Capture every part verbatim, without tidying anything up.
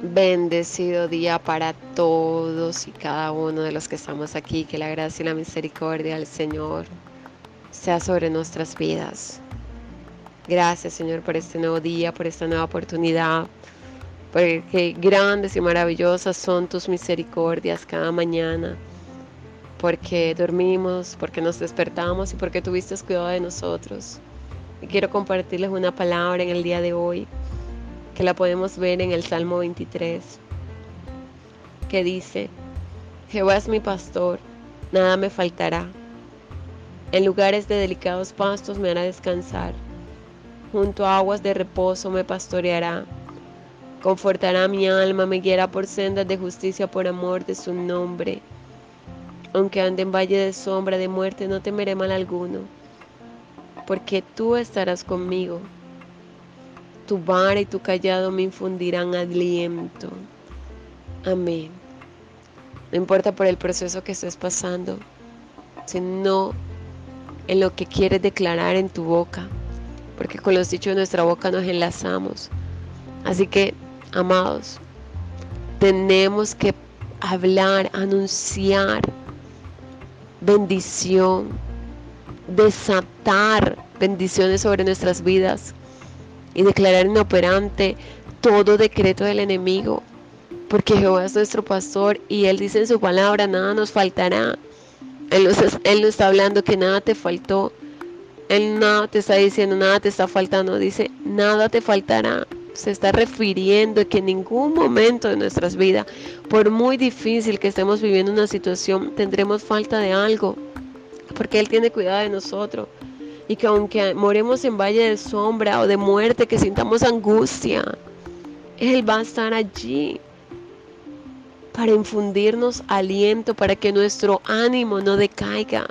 Bendecido día para todos y cada uno de los que estamos aquí. Que la gracia y la misericordia del Señor sea sobre nuestras vidas. Gracias, Señor, por este nuevo día, por esta nueva oportunidad, porque grandes y maravillosas son tus misericordias cada mañana, porque dormimos, porque nos despertamos y porque tuviste cuidado de nosotros. Y quiero compartirles una palabra en el día de hoy, que la podemos ver en el Salmo veintitrés, que dice: Jehová es mi pastor, nada me faltará. En lugares de delicados pastos me hará descansar. Junto a aguas de reposo me pastoreará. Confortará mi alma, me guiará por sendas de justicia por amor de su nombre. Aunque ande en valle de sombra de muerte, no temeré mal alguno, porque tú estarás conmigo. Tu vara y tu callado me infundirán aliento. Amén. No importa por el proceso que estés pasando, sino en lo que quieres declarar en tu boca, porque con los dichos de nuestra boca nos enlazamos. Así que, amados, tenemos que hablar, anunciar bendición, desatar bendiciones sobre nuestras vidas y declarar inoperante todo decreto del enemigo, porque Jehová es nuestro pastor y Él dice en su palabra: nada nos faltará. Él nos, él nos está hablando que nada te faltó. Él nada te está diciendo, nada te está faltando. Dice, nada te faltará. Se está refiriendo que en ningún momento de nuestras vidas, por muy difícil que estemos viviendo una situación, tendremos falta de algo, porque Él tiene cuidado de nosotros. Y que aunque moremos en valle de sombra o de muerte, que sintamos angustia, Él va a estar allí para infundirnos aliento, para que nuestro ánimo no decaiga.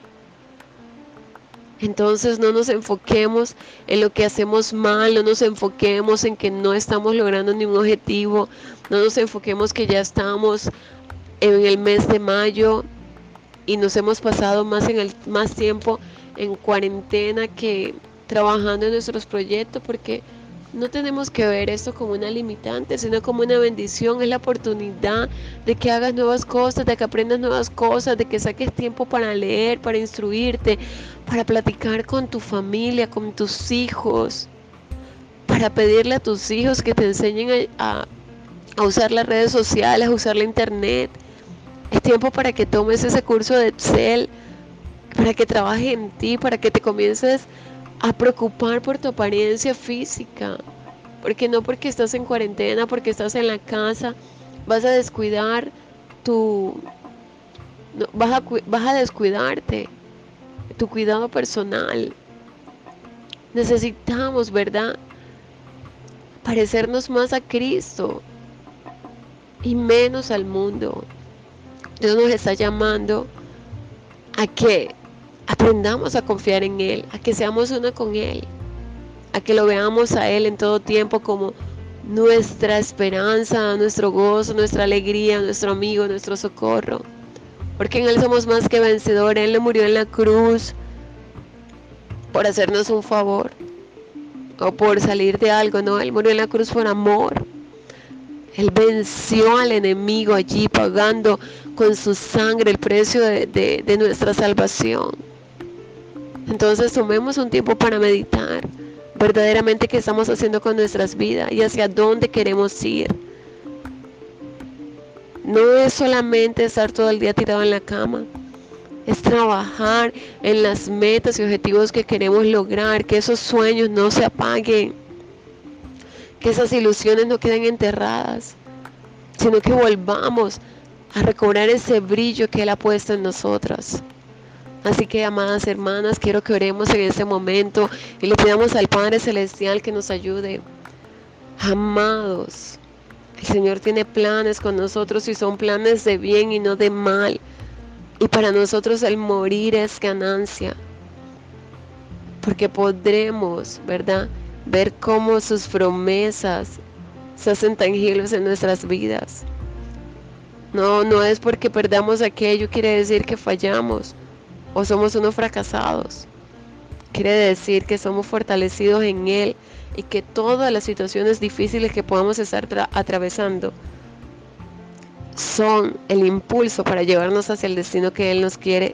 Entonces no nos enfoquemos en lo que hacemos mal, no nos enfoquemos en que no estamos logrando ningún objetivo, no nos enfoquemos que ya estamos en el mes de mayo y nos hemos pasado más, en el, más tiempo en cuarentena que trabajando en nuestros proyectos, porque no tenemos que ver esto como una limitante, sino como una bendición. Es la oportunidad de que hagas nuevas cosas, de que aprendas nuevas cosas, de que saques tiempo para leer, para instruirte, para platicar con tu familia, con tus hijos, para pedirle a tus hijos que te enseñen a, a, a usar las redes sociales, a usar la internet. Es tiempo para que tomes ese curso de Excel, para que trabajes en ti, para que te comiences a preocupar por tu apariencia física, porque no porque estás en cuarentena, porque estás en la casa, vas a descuidar tu, no, vas, a, vas a descuidarte tu cuidado personal. Necesitamos, ¿verdad?, parecernos más a Cristo y menos al mundo. Dios nos está llamando a que aprendamos a confiar en Él, a que seamos uno con Él, a que lo veamos a Él en todo tiempo como nuestra esperanza, nuestro gozo, nuestra alegría, nuestro amigo, nuestro socorro, porque en Él somos más que vencedores. Él no murió en la cruz por hacernos un favor o por salir de algo, no, Él murió en la cruz por amor. Él venció al enemigo allí, pagando con su sangre el precio de, de, de nuestra salvación. Entonces tomemos un tiempo para meditar verdaderamente qué estamos haciendo con nuestras vidas y hacia dónde queremos ir. No es solamente estar todo el día tirado en la cama, es trabajar en las metas y objetivos que queremos lograr, que esos sueños no se apaguen, que esas ilusiones no queden enterradas, sino que volvamos a recobrar ese brillo que Él ha puesto en nosotras. Así que, amadas hermanas, quiero que oremos en este momento y le pidamos al Padre Celestial que nos ayude. Amados, el Señor tiene planes con nosotros y son planes de bien y no de mal. Y para nosotros el morir es ganancia, porque podremos, ¿verdad?, ver cómo sus promesas se hacen tangibles en nuestras vidas. No, no es porque perdamos aquello, quiere decir que fallamos o somos unos fracasados. Quiere decir que somos fortalecidos en Él y que todas las situaciones difíciles que podamos estar atravesando son el impulso para llevarnos hacia el destino que Él nos quiere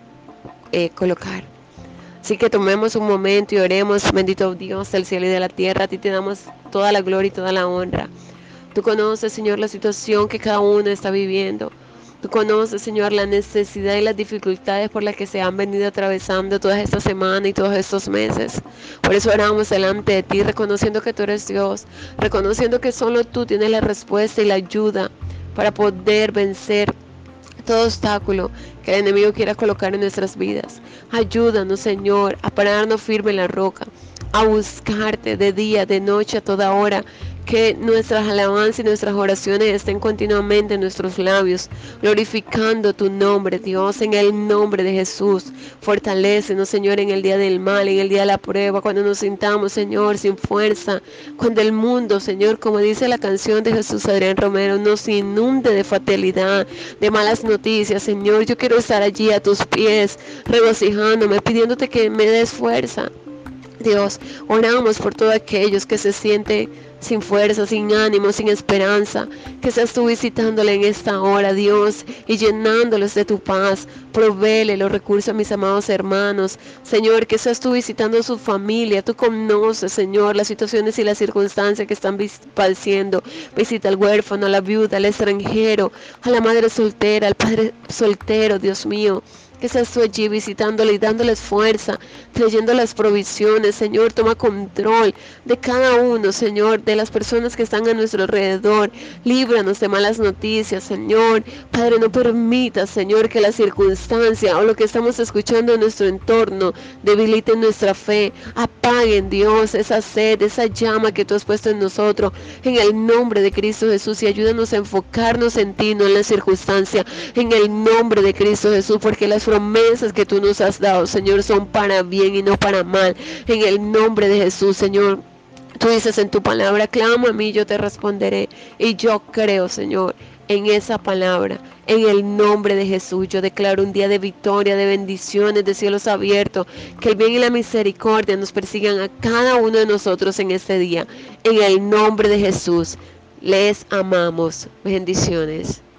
eh, colocar. Así que tomemos un momento y oremos. Bendito Dios del cielo y de la tierra, a ti te damos toda la gloria y toda la honra. Tú conoces, Señor, la situación que cada uno está viviendo. Tú conoces, Señor, la necesidad y las dificultades por las que se han venido atravesando todas estas semanas y todos estos meses. Por eso oramos delante de ti, reconociendo que tú eres Dios, reconociendo que solo tú tienes la respuesta y la ayuda para poder vencer todo obstáculo que el enemigo quiera colocar en nuestras vidas. Ayúdanos, Señor, a pararnos firme en la roca, a buscarte de día, de noche, a toda hora. Que nuestras alabanzas y nuestras oraciones estén continuamente en nuestros labios, glorificando tu nombre, Dios, en el nombre de Jesús. Fortalécenos, Señor, en el día del mal, en el día de la prueba, cuando nos sintamos, Señor, sin fuerza, cuando el mundo, Señor, como dice la canción de Jesús Adrián Romero, nos inunde de fatalidad, de malas noticias. Señor, yo quiero estar allí a tus pies, regocijándome, pidiéndote que me des fuerza. Dios, oramos por todos aquellos que se sienten sin fuerza, sin ánimo, sin esperanza, que seas tú visitándole en esta hora, Dios, y llenándoles de tu paz. Provéele los recursos a mis amados hermanos, Señor, que seas tú visitando a su familia. Tú conoces, Señor, las situaciones y las circunstancias que están padeciendo. Visita al huérfano, a la viuda, al extranjero, a la madre soltera, al padre soltero, Dios mío. Que seas tú allí visitándole y dándoles fuerza, trayendo las provisiones. Señor, toma control de cada uno, Señor, de las personas que están a nuestro alrededor. Líbranos de malas noticias, Señor. Padre, no permita, Señor, que la circunstancia o lo que estamos escuchando en nuestro entorno debilite nuestra fe. Apaguen, Dios, esa sed, esa llama que tú has puesto en nosotros, en el nombre de Cristo Jesús, y ayúdanos a enfocarnos en ti, no en la circunstancia, en el nombre de Cristo Jesús, porque las promesas que tú nos has dado, Señor, son para bien y no para mal. En el nombre de Jesús, Señor. Tú dices en tu palabra, clama a mí, yo te responderé. Y yo creo, Señor, en esa palabra. En el nombre de Jesús, yo declaro un día de victoria, de bendiciones, de cielos abiertos. Que el bien y la misericordia nos persigan a cada uno de nosotros en este día. En el nombre de Jesús, les amamos. Bendiciones.